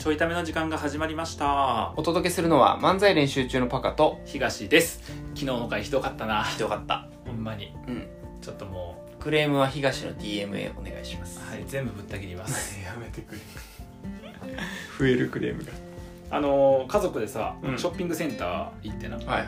ちょいための時間が始まりました。 お届けするのは漫才練習中のパカと東です。昨日の回ひどかったな。 ひどかった。 ほんまに。ちょっともうクレームは東の DMA お願いします。 はい、全部ぶった切ります。 やめてくれ。増えるクレームが。 家族でさ、ショッピングセンター行ってな。 はいはい。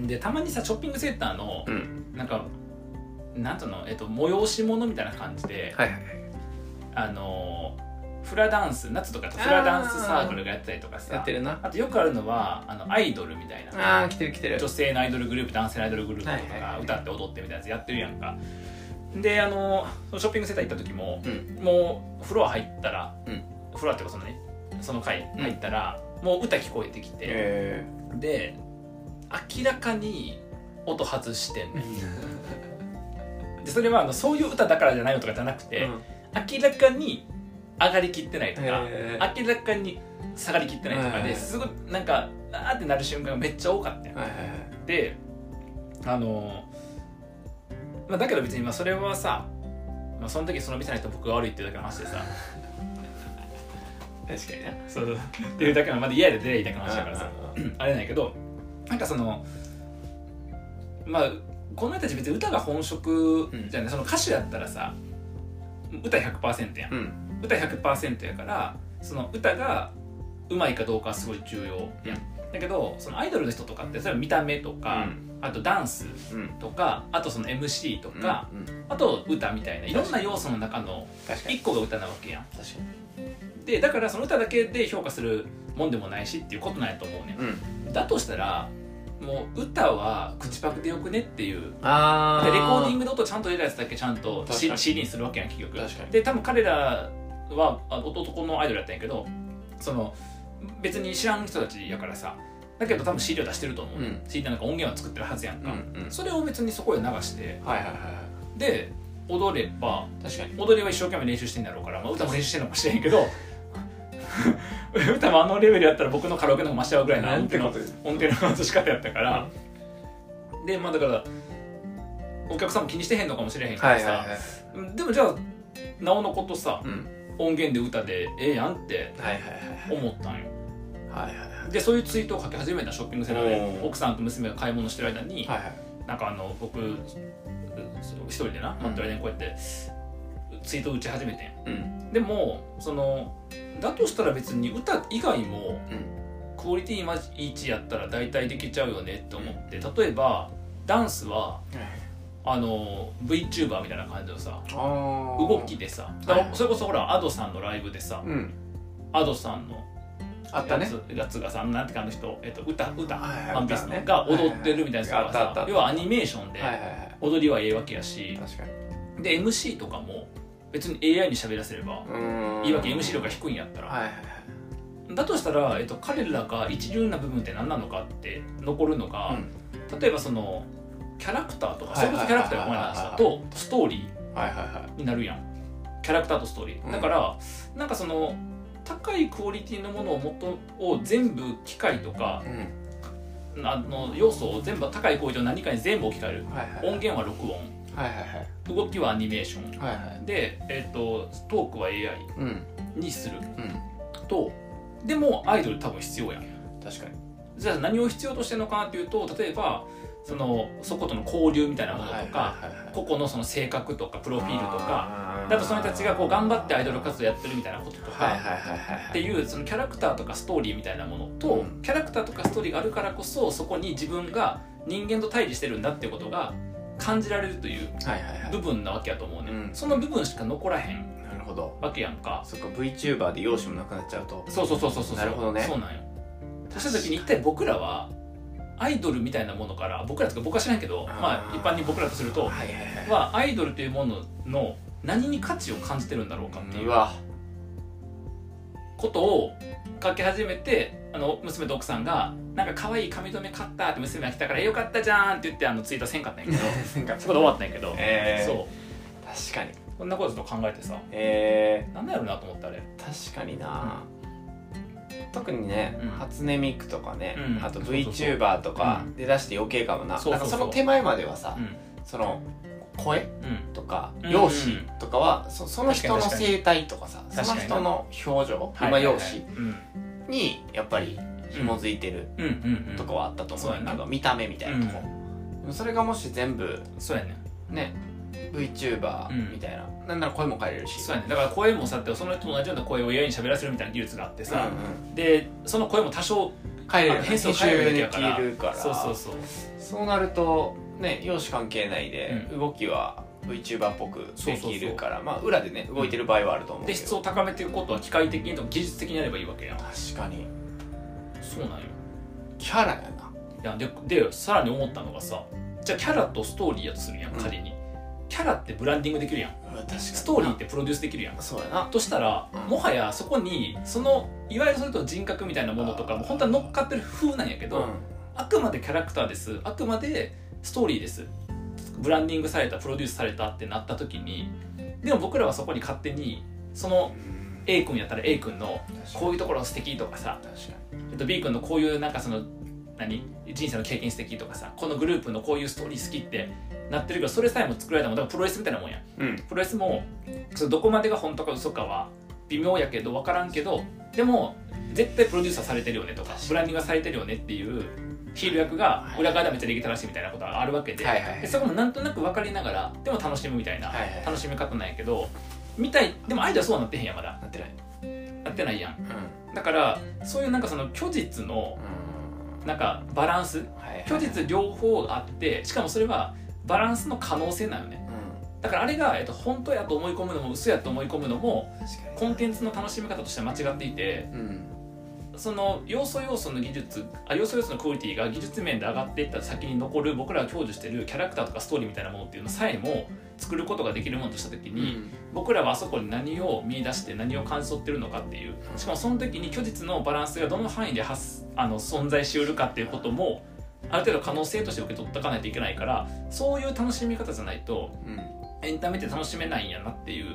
でたまにさショッピングセンターの、なんかなんとの催し物みたいな感じで、 はいはい。 フラダンス夏とかフラダンスサークルがやったりとかさ、 やってるな。 あとよくあるのはアイドルみたいな、 来てる来てる。 女性のアイドルグループ男性のアイドルグループとかが歌って踊ってみたいなやつやってるやんか。でショッピングセンター行った時も、もうフロア入ったら、フロアっていうかその階入ったら、もう歌聞こえてきて、で明らかに音外してんねん。でそれはそういう歌だからじゃないのとかじゃなくて、明らかに上がりきってないとか、明らかに下がりきってないとかですごいなんかあーってなる瞬間がめっちゃ多かったよ。でだけど別にそれはさ、その時その店の人僕が悪いっていうだけの話でさ確かにな。 そうっていうだけのまだ嫌で出れいだけの話だからさあれないけど、なんかこの人たち別に歌が本職じゃない、その歌手やったらさ歌 100% やん、歌 100% やからその歌がうまいかどうかはすごい重要やん、だけどそのアイドルの人とかってそれは見た目とか、あとダンスとか、あとその MC とか、あと歌みたいないろんな要素の中の1個が歌なわけやん。 確かに。 でだからその歌だけで評価するもんでもないしっていうことなんやと思うね、だとしたらもう歌は口パクでよくねっていう。レコーディングで音ちゃんと出たやつだけちゃんと CD にするわけやん結局。で多分彼らは男のアイドルやったんやけど、別に知らん人たちやからさ、だけど多分 CD を出してると思う、CD なんか音源は作ってるはずやんか、それを別にそこで流して、で踊れば、踊りは一生懸命練習してんだろうから、歌も練習してんのかもしれへんけど歌もレベルやったら僕のカラオケの方がマシだぐらいの音程の外し方やったから、でだからお客さんも気にしてへんのかもしれへんからさ、でもじゃあなおのことさ、音源で歌でええやんって思ったんよ。でそういうツイートを書き始めたショッピングセンターで、奥さんと娘が買い物してる間に、なんか僕一人でな待ってる間にこうやってツイートを打ち始めてん、でもだとしたら別に歌以外もクオリティいまいちやったら大体できちゃうよねって思って、例えばダンスはVTuber みたいな感じのさ動きでさ、それこそほら Ado さんのライブでさ、Ado さんのやつがさ、なんてか人、歌ワンピースのが踊ってるみたいなやつがさ、要はアニメーションで踊りはええわけやし、で MC とかも別に AI に喋らせればいいわけ、MC 力が低いんやったら。だとしたら、彼らが一流な部分って何なのかって残るのが、例えばキャラクターとか、それこそキャラクターがこの話だとストーリーになるやん。キャラクターとストーリーだから、なんか高いクオリティのものを全部機械とか、要素を全部高いクオリティの何かに全部置き換える、音源は録音、動きはアニメーション、で、トークは AI にする、とでもアイドル多分必要やん。 確かに。 じゃあ何を必要としてるのかなっていうと、例えばそことの交流みたいなものとか、個々の性格とかプロフィールとか、あとその人たちが頑張ってアイドル活動やってるみたいなこととかっていうキャラクターとかストーリーみたいなものと、キャラクターとかストーリーがあるからこそそこに自分が人間と対峙してるんだっていうことが感じられるという部分なわけやと思うね、その部分しか残らへんわけやんか。 そっか、 VTuber で容姿もなくなっちゃうと。 そうなるほどね。そうなんよ。そした時に一体僕らはアイドルみたいなものから、僕らとか僕は知らんけど、一般に僕らとするとはアイドルというものの何に価値を感じてるんだろうかっていうことを書き始めて、娘と奥さんがなんか可愛い髪留め買ったって娘が来たからよかったじゃんって言ってツイートせんかったんやけどそこで終わったんやけど、 そう確かにこんなことちょっと考えてさ、なんだろうなと思って。あれ確かにな、特にね、初音ミクとかね、あと VTuber とかで出して余計かもな。なんかその手前まではさ、 声とか容姿とかはその人の生態とかさ、その人の表情、容姿にやっぱり紐づいてるとかはあったと思うんだけど、見た目みたいなとこ、それがもし全部そうやね VTuber みたいな、なんなら声も変えれるし、 そうやね。だから声もさ、その人と同じような声を AI に喋らせるみたいな技術があってさ、でその声も多少変えれる、 変数を変えるべきやから、そうなるとね、容姿関係ないで動きは VTuber っぽくできるから、まあ裏でね動いてる場合はあると思うけど、 で質を高めていくことは機械的にとか技術的にやればいいわけやん。 確かにそうなんよ。 キャラやな。 いやでさらに思ったのがさ、じゃあキャラとストーリーやとするやん、仮にキャラってブランディングできるやん、ストーリーってプロデュースできるやん。 そうやな。 としたら、もはやそこにそのいわゆるそれと人格みたいなものとかも本当は乗っかってる風なんやけど、あくまでキャラクターです、あくまでストーリーです、ブランディングされたプロデュースされたってなった時に、でも僕らはそこに勝手にその A 君やったら A 君のこういうところ素敵とかさ、B 君のこういうなんかその人生の経験素敵とかさ、このグループのこういうストーリー好きってなってるけど、それさえも作られたもんだからプロレスみたいなもんや、プロレスもどこまでが本当か嘘かは微妙やけど分からんけど、でも絶対プロデューサーされてるよねとかブランディングがされてるよねっていうヒール役が裏側でめっちゃ礼儀正しいみたいなことがあるわけで、でそこもなんとなく分かりながらでも楽しむみたいな楽しみ方なんやけど、みたいでもアイドルはそうはなってへんやん、まだなってないやん、だからそういうなんかその虚実のなんかバランス、虚実両方あって、しかもそれはバランスの可能性なのね、だからあれが、本当やと思い込むのも嘘やと思い込むのもコンテンツの楽しみ方としては間違っていて、その要素の技術要素のクオリティが技術面で上がっていった先に残る僕らが享受しているキャラクターとかストーリーみたいなものっていうのさえも作ることができるものとした時に、僕らはあそこに何を見出して何を感じ取ってるのかっていう、しかもその時に虚実のバランスがどの範囲で存在しうるかっていうこともある程度可能性として受け取っておかないといけないから、そういう楽しみ方じゃないと、エンタメって楽しめないんやなっていう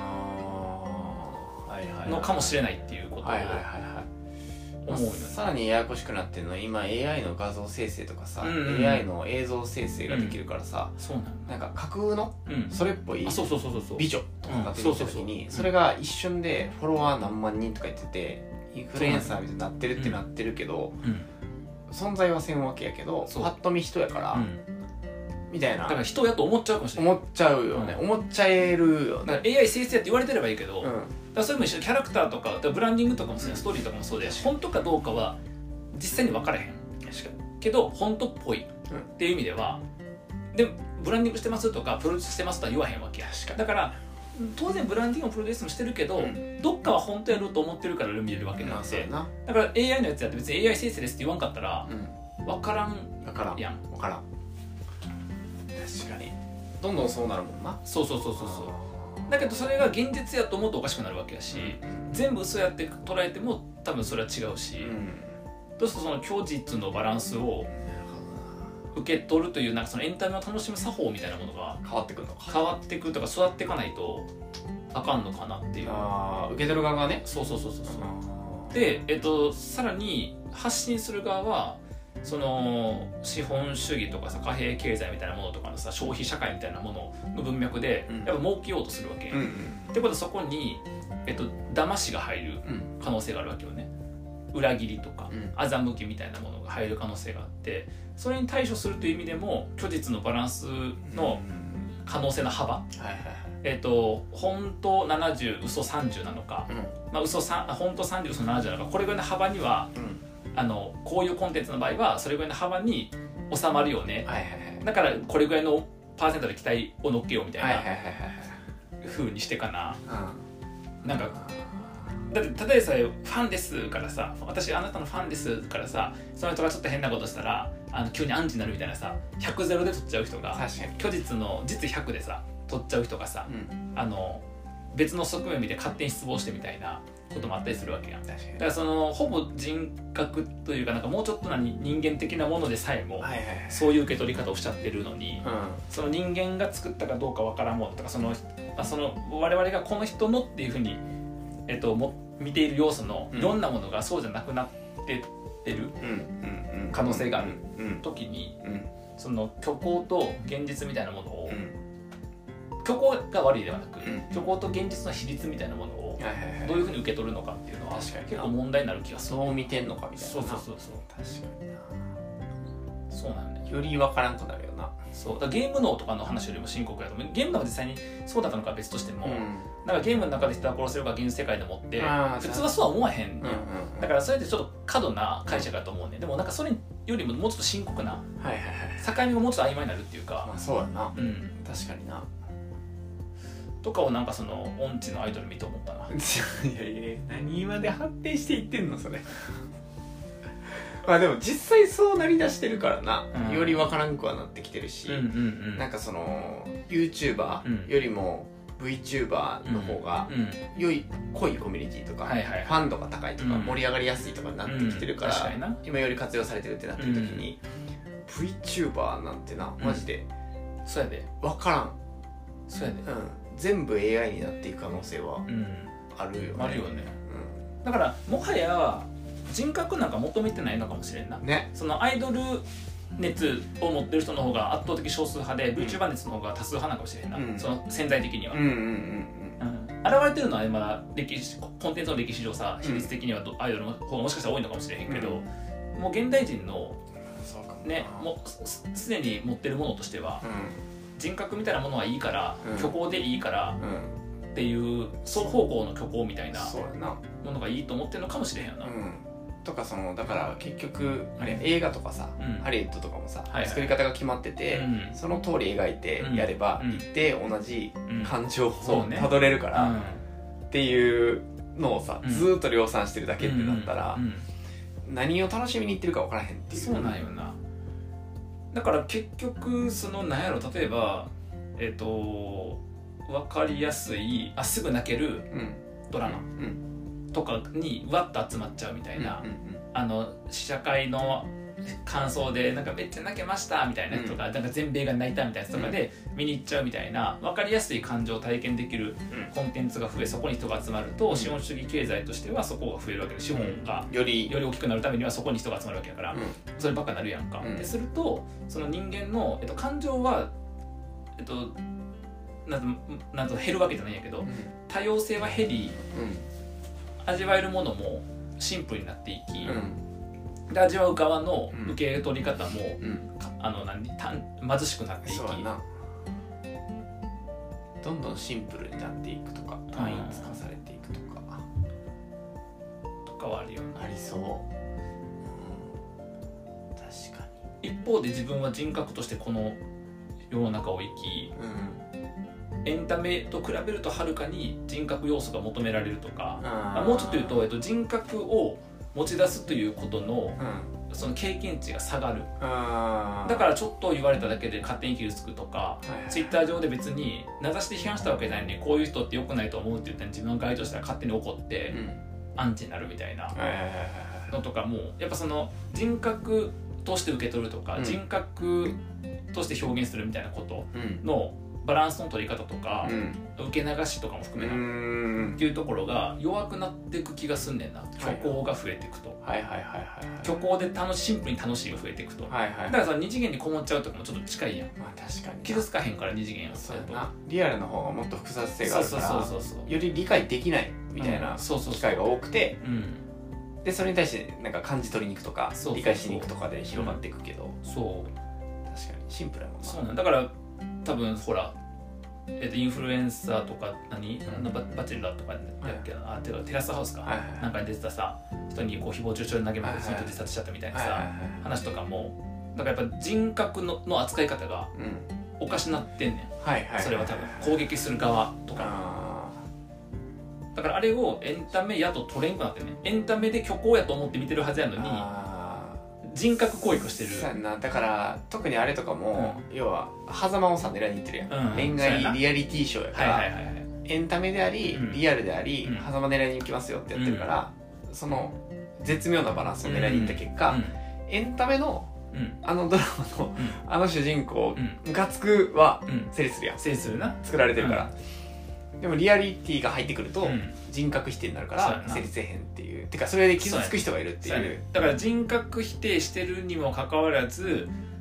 のかもしれないっていうことを思うよね。 さらにややこしくなってるのは今 AI の画像生成とかさ、AI の映像生成ができるからさ、なんか架空のそれっぽい美女とかが出てきた時に、それが一瞬でフォロワー何万人とか言っててインフルエンサーみたいになってるってなってるけど、存在はせんわけやけどパッと見人やからみたいな、 だから人やと思っちゃうかもしれない。 思っちゃうよね、思っちゃえるよね。 だから AI 生成って言われてればいいけど、だからそれも一緒にキャラクターとかブランディングとかもそうや、ストーリーとかもそうで、本当かどうかは実際に分からへんけど本当っぽいっていう意味では、でブランディングしてますとかプロデュースしてますとは言わへんわけや。だから当然ブランディングもプロデュースもしてるけど、どっかは本当やろうと思ってるから見れるわけなんで、だから AI のやつやって別に AI 生成ですって言わんかったら分からんやん。 分からん。確かにどんどんそうなるもんな。 そうだけどそれが現実やと思うとおかしくなるわけやし、全部嘘やって捉えても多分それは違うし、どうするとその虚実のバランスを受け取るというなんかそのエンタメを楽しむ作法みたいなものが変わってくるのか、 変わってくるとか育っていかないとあかんのかなっていう。 受け取る側がね。 そうで、さらに発信する側はその資本主義とかさ貨幣経済みたいなものとかのさ消費社会みたいなものの文脈でやっぱ儲けようとするわけ、ってことはそこに騙しが入る可能性があるわけよね。裏切りとか欺きみたいなものが入る可能性があって、それに対処するという意味でも虚実のバランスの可能性の幅、本当70嘘30なのか、本当30嘘70なのか、これぐらいの幅にはこういうコンテンツの場合はそれぐらいの幅に収まるよね、だからこれぐらいのパーセントで期待を乗っけようみたいな風にしてかな。なんかだってただでさえファンですからさ、私あなたのファンですからさ、その人がちょっと変なことしたら急にアンチになるみたいなさ、100ゼロで取っちゃう人が虚実の実100でさ取っちゃう人がさ、別の側面見て勝手に失望してみたいなこともあったりするわけやん。だからそのほぼ人格というかなんかもうちょっと人間的なものでさえもそういう受け取り方をしちゃってるのに、その人間が作ったかどうかわからんものとか、その我々がこの人のっていうふうに見ている要素のいろんなものがそうじゃなくなってってる可能性がある時に、その虚構と現実みたいなものを虚構が悪いではなく、虚構と現実の比率みたいなものをどういうふうに受け取るのかっていうのは結構問題になる気がする。 そう見てんのかみたいな。 そう確かにな。そうなんだより分からんくなるよな。 そうだゲーム脳とかの話よりも深刻やと思う。ゲーム脳が実際にそうだったのかは別としても、なんかゲームの中で人は殺せるか現実世界でもって普通はそうは思わへんね、だからそれってちょっと過度な解釈だと思うね。でもなんかそれよりももうちょっと深刻な境目がもうちょっと曖昧になるっていうか、 そうやな、確かになとかをなんかその音痴のアイドル見て思ったな。 いやいや何まで発展していってんのそれまあでも実際そうなりだしてるからな、より分からんくはなってきてるし、なんかその YouTuber よりも VTuber の方が良い濃いコミュニティとかファン度が高いとか盛り上がりやすいとかになってきてるから、今より活用されてるってなってる時に VTuber なんてなマジでそうやで分からん。 そうやで、 全部 AI になっていく可能性はあるよね。 あるよね。だからもはや人格なんか求めてないのかもしれんな、ね、そのアイドル熱を持ってる人の方が圧倒的少数派で、VTuber 熱の方が多数派なのかもしれんな、その潜在的には現れてるのはまだ歴史コンテンツの歴史上さ比率的にはアイドルの方がもしかしたら多いのかもしれへんけど、もう現代人のねもうすでに持ってるものとしては、人格みたいなものはいいから、虚構でいいから、っていう双方向の虚構みたいなものがいいと思ってるのかもしれへんよな。 とかそのだから結局あれ映画とかさ、ハリウッドとかもさ、作り方が決まってて、その通り描いてやれば一定同じ感情をたどれるからっていうのをさ、ずーっと量産してるだけってなったら、何を楽しみにいってるか分からへんっていう。 そうなんよな。だから結局そのなんやろ、例えば分かりやすいすぐ泣けるドラマとかにわっと集まっちゃうみたいな、試写会の感想でなんかめっちゃ泣けましたみたいなやつとか、なんか全米が泣いたみたいなやつとかで見に行っちゃうみたいな、分かりやすい感情を体験できるコンテンツが増え、そこに人が集まると、資本主義経済としてはそこが増えるわけで、資本がより大きくなるためにはそこに人が集まるわけだから、そればっかなるやんか。でするとその人間の、感情はなんと減るわけじゃないんやけど、多様性は減り、味わえるものもシンプルになっていき、で味わう側の受け取り方も、貧しくなっていき、 どんどんシンプルになっていくとか、単一化されていくとかはあるよね。 ありそう、確かに。一方で自分は人格としてこの世の中を生き、エンタメと比べるとはるかに人格要素が求められるとか、もうちょっと言うと、人格を持ち出すということの、その経験値が下がる。だからちょっと言われただけで勝手に傷つくとか、ツイッター上で別に名指しで批判したわけじゃないのに、こういう人って良くないと思うって言って自分の該当したら勝手に怒って、アンチになるみたいなのとかも、やっぱその人格として受け取るとか、人格として表現するみたいなことのバランスの取り方とか、受け流しとかも含めなっていうところが弱くなっていく気がすんねんな。虚構が増えていくと、虚構でシンプルに楽しいが増えていくと、だからさ二次元にこもっちゃうとかもちょっと近いやん。 確かに傷つかへんから二次元やそうやな。リアルの方がもっと複雑性があるから、より理解できないみたいな機会が多くて、でそれに対してなんか感じ取りに行くとか理解しに行くとかで広がっていくけど、 そう確かにシンプルやもんな。 そうなんだから多分ほら、インフルエンサーとかバチェラーとかだっけな、てかテラスハウスか、なんかに出てたさ人にこう誹謗中傷で投げまくってその人自殺しちゃったみたいなさ話とかも、だからやっぱ人格の扱い方がおかしなってんねん。それは多分攻撃する側とかだから、あれをエンタメやと取れんくなってね。エンタメで虚構やと思って見てるはずやのに人格攻撃をしてる。 そうやな。だから特にあれとかも、要は狭間をさ狙いにいってるやん、恋愛リアリティショーやから、エンタメであり、リアルであり、狭間狙いに行きますよってやってるから、その絶妙なバランスを狙いに行った結果、エンタメのあのドラマのあの主人公ムカつくは成立するやん。 成立するな。 作られてるから。でもリアリティが入ってくると人格否定になるから成立せへんっていう。てかそれで傷つく人がいるっていう。 だから人格否定してるにもかかわらず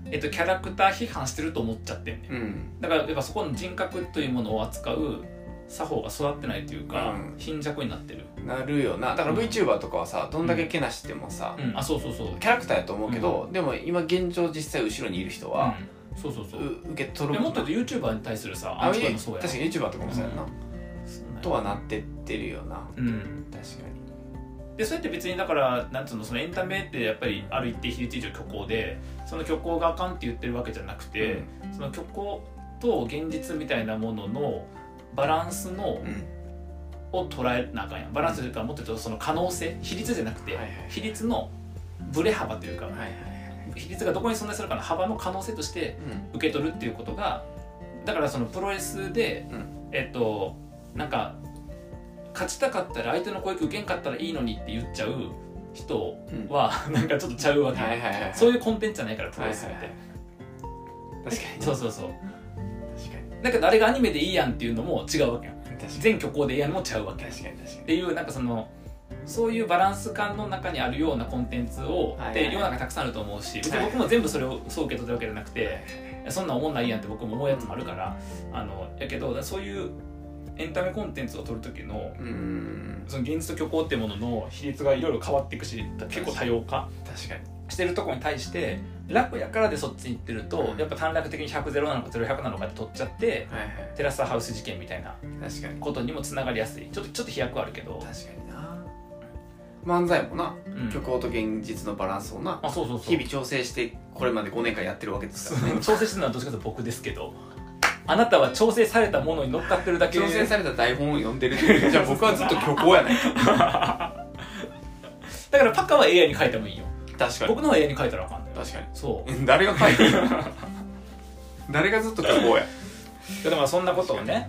キャラクター批判してると思っちゃってんね、うん、だからやっぱそこの人格というものを扱う作法が育ってないというか、貧弱になってるなるよな。だから VTuber とかはさ、どんだけけなしてもさ、 あ、そうそうそう、 キャラクターやと思うけど、でも今現状実際後ろにいる人は、 そうそうそう、 受け取るもっと言うと YouTuber に対するさ、 確かに YouTuber とかもそうやな、とはなってってるよな。確かに。 でそれって別にだからなんつうの、そのエンタメってやっぱりある一定比率以上虚構で、その虚構があかんって言ってるわけじゃなくて、その虚構と現実みたいなもののバランスの、を捉えなあかんやん。バランスというか、もっと言うとその可能性、比率じゃなくて、比率のブレ幅というか、比率がどこに存在するかの幅の可能性として受け取るっていうことが、だからそのプロレスで、なんか勝ちたかったら相手の攻撃受けんかったらいいのにって言っちゃう人は、なんかちょっとちゃうわけ、そういうコンテンツじゃないからプロレスって、 確かにそうそうそう、だけどあれがアニメでいいやんっていうのも違うわけやん。全虚構でいいやんもちゃうわけ。っていうなんかそういうバランス感の中にあるようなコンテンツを、で世の中たくさんあると思うし、別に僕も全部それをそう受け取ってるわけじゃなくて、そんな思んないやんって僕も思うやつもあるから、やけどそういうエンタメコンテンツを撮る時のその現実と虚構っていうものの比率がいろいろ変わっていくし、結構多様化してるところに対して楽やからでそっちに行ってると、やっぱ短絡的に100-0なのか0-100なのかって取っちゃって、テラスハウス事件みたいなことにもつながりやすい。ちょっと飛躍あるけど、 確かにな。漫才もな、虚構と現実のバランスをな、日々調整してこれまで5年間やってるわけですからね。 調整してるのはどっちかというと僕ですけど、あなたは調整されたものに乗っかってるだけで、 調整された台本を読んでるじゃあ僕はずっと虚構やないか。 だからパカは AI に書いてもいいよ。 確かに。 僕の方は AI に書いたらあかんね。 確かに。 そう。 誰が書いてるの？誰がずっと虚構や。 でもそんなことをね、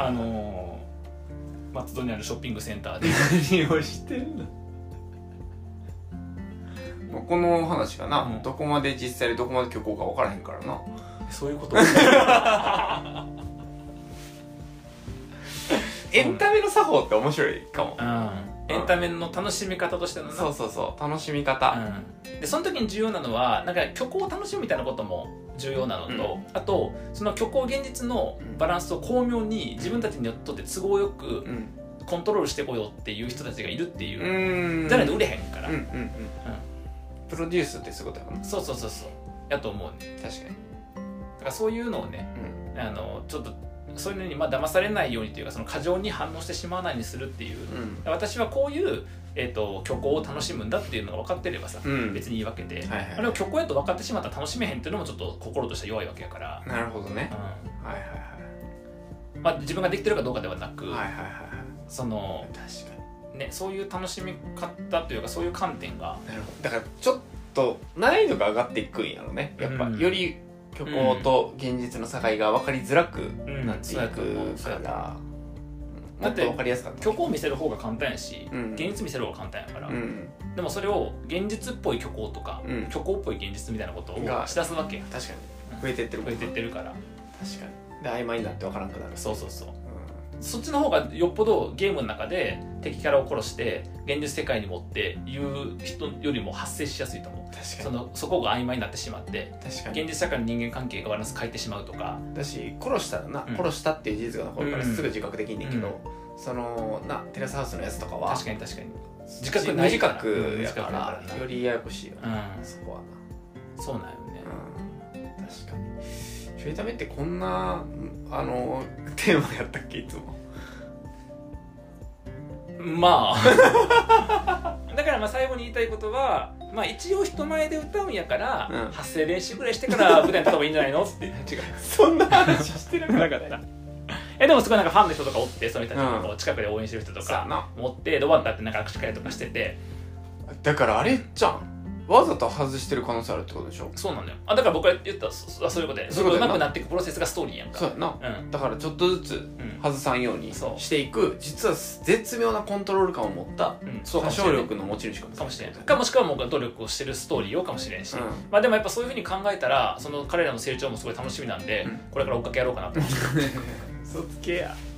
松戸にあるショッピングセンターで何をしてんの？もうこの話がな、どこまで実際でどこまで虚構か分からへんからな。 そういうことエンタメの作法って面白いかも。 エンタメの楽しみ方としてのな。 そうそうそう、楽しみ方、 でその時に重要なのはなんか虚構を楽しむみたいなことも重要なのと、あとその虚構現実のバランスを巧妙に自分たちにとって都合よくコントロールしてこようっていう人たちがいるっていう、じゃないと売れへんから。 プロデュースってそういうことやな。 そうそうそうそうやと思うね。 確かに。 だからそういうのをね、ちょっとそういうのに騙されないようにというか、その過剰に反応してしまわないようにするっていう、私はこういう、虚構を楽しむんだっていうのが分かってればさ、別にいいわけで、あれを虚構やと分かってしまったら楽しめへんっていうのもちょっと心としては弱いわけやから。 なるほどね。 自分ができてるかどうかではなく、その確かにね、そういう楽しみ方というかそういう観点が、 なるほど。だからちょっと難易度が上がっていくんやろね。やっぱより虚構と現実の境が分かりづらくなっていくから、もっと分かりやすかった。 虚構を見せる方が簡単やし、現実見せる方が簡単やから、でもそれを現実っぽい虚構とか、虚構っぽい現実みたいなことをしだすわけや。 確かに増えてってる、 増えてってるから。 確かに。で曖昧になって分からんくなる。 そうそうそう、そっちの方がよっぽどゲームの中で敵キャラを殺して現実世界に持って言う人よりも発生しやすいと思う。 確かに。 そこが曖昧になってしまって、 確かに現実社会の人間関係がバランス変えてしまうとかだし、殺したらな、殺したっていう事実が残るからすぐ自覚できんねんけど、そのなテラスハウスのやつとかは確かに自覚ないから、 無自覚やからよりややこしいよ、そこはな。そうなんよね、 確かに。ちょいためってこんなテーマやったっけ、いつも。 まあだから最後に言いたいことは、一応人前で歌うんやから、発声練習ぐらいしてから舞台に立った方がいいんじゃないのって。違う、 そんな話してなかった。 でもすごいなんかファンの人とかおって、その人たちの近くで応援してる人とか持って、ドバッとってなんか握手会とかしてて、 だからあれじゃん、わざと外してる可能性あるってことでしょ。 そうなんだよ。だから僕が言ったそういうことで、うまくなっていくプロセスがストーリーやんか。 そうやな、だからちょっとずつ外さんようにしていく、実は絶妙なコントロール感を持った歌唱力の持ち主かもしれないか、もしくはもう努力をしてるストーリーをかもしれんし、でもやっぱそういうふうに考えたら、その彼らの成長もすごい楽しみなんで、これから追っかけやろうかなと思って。 嘘つけや。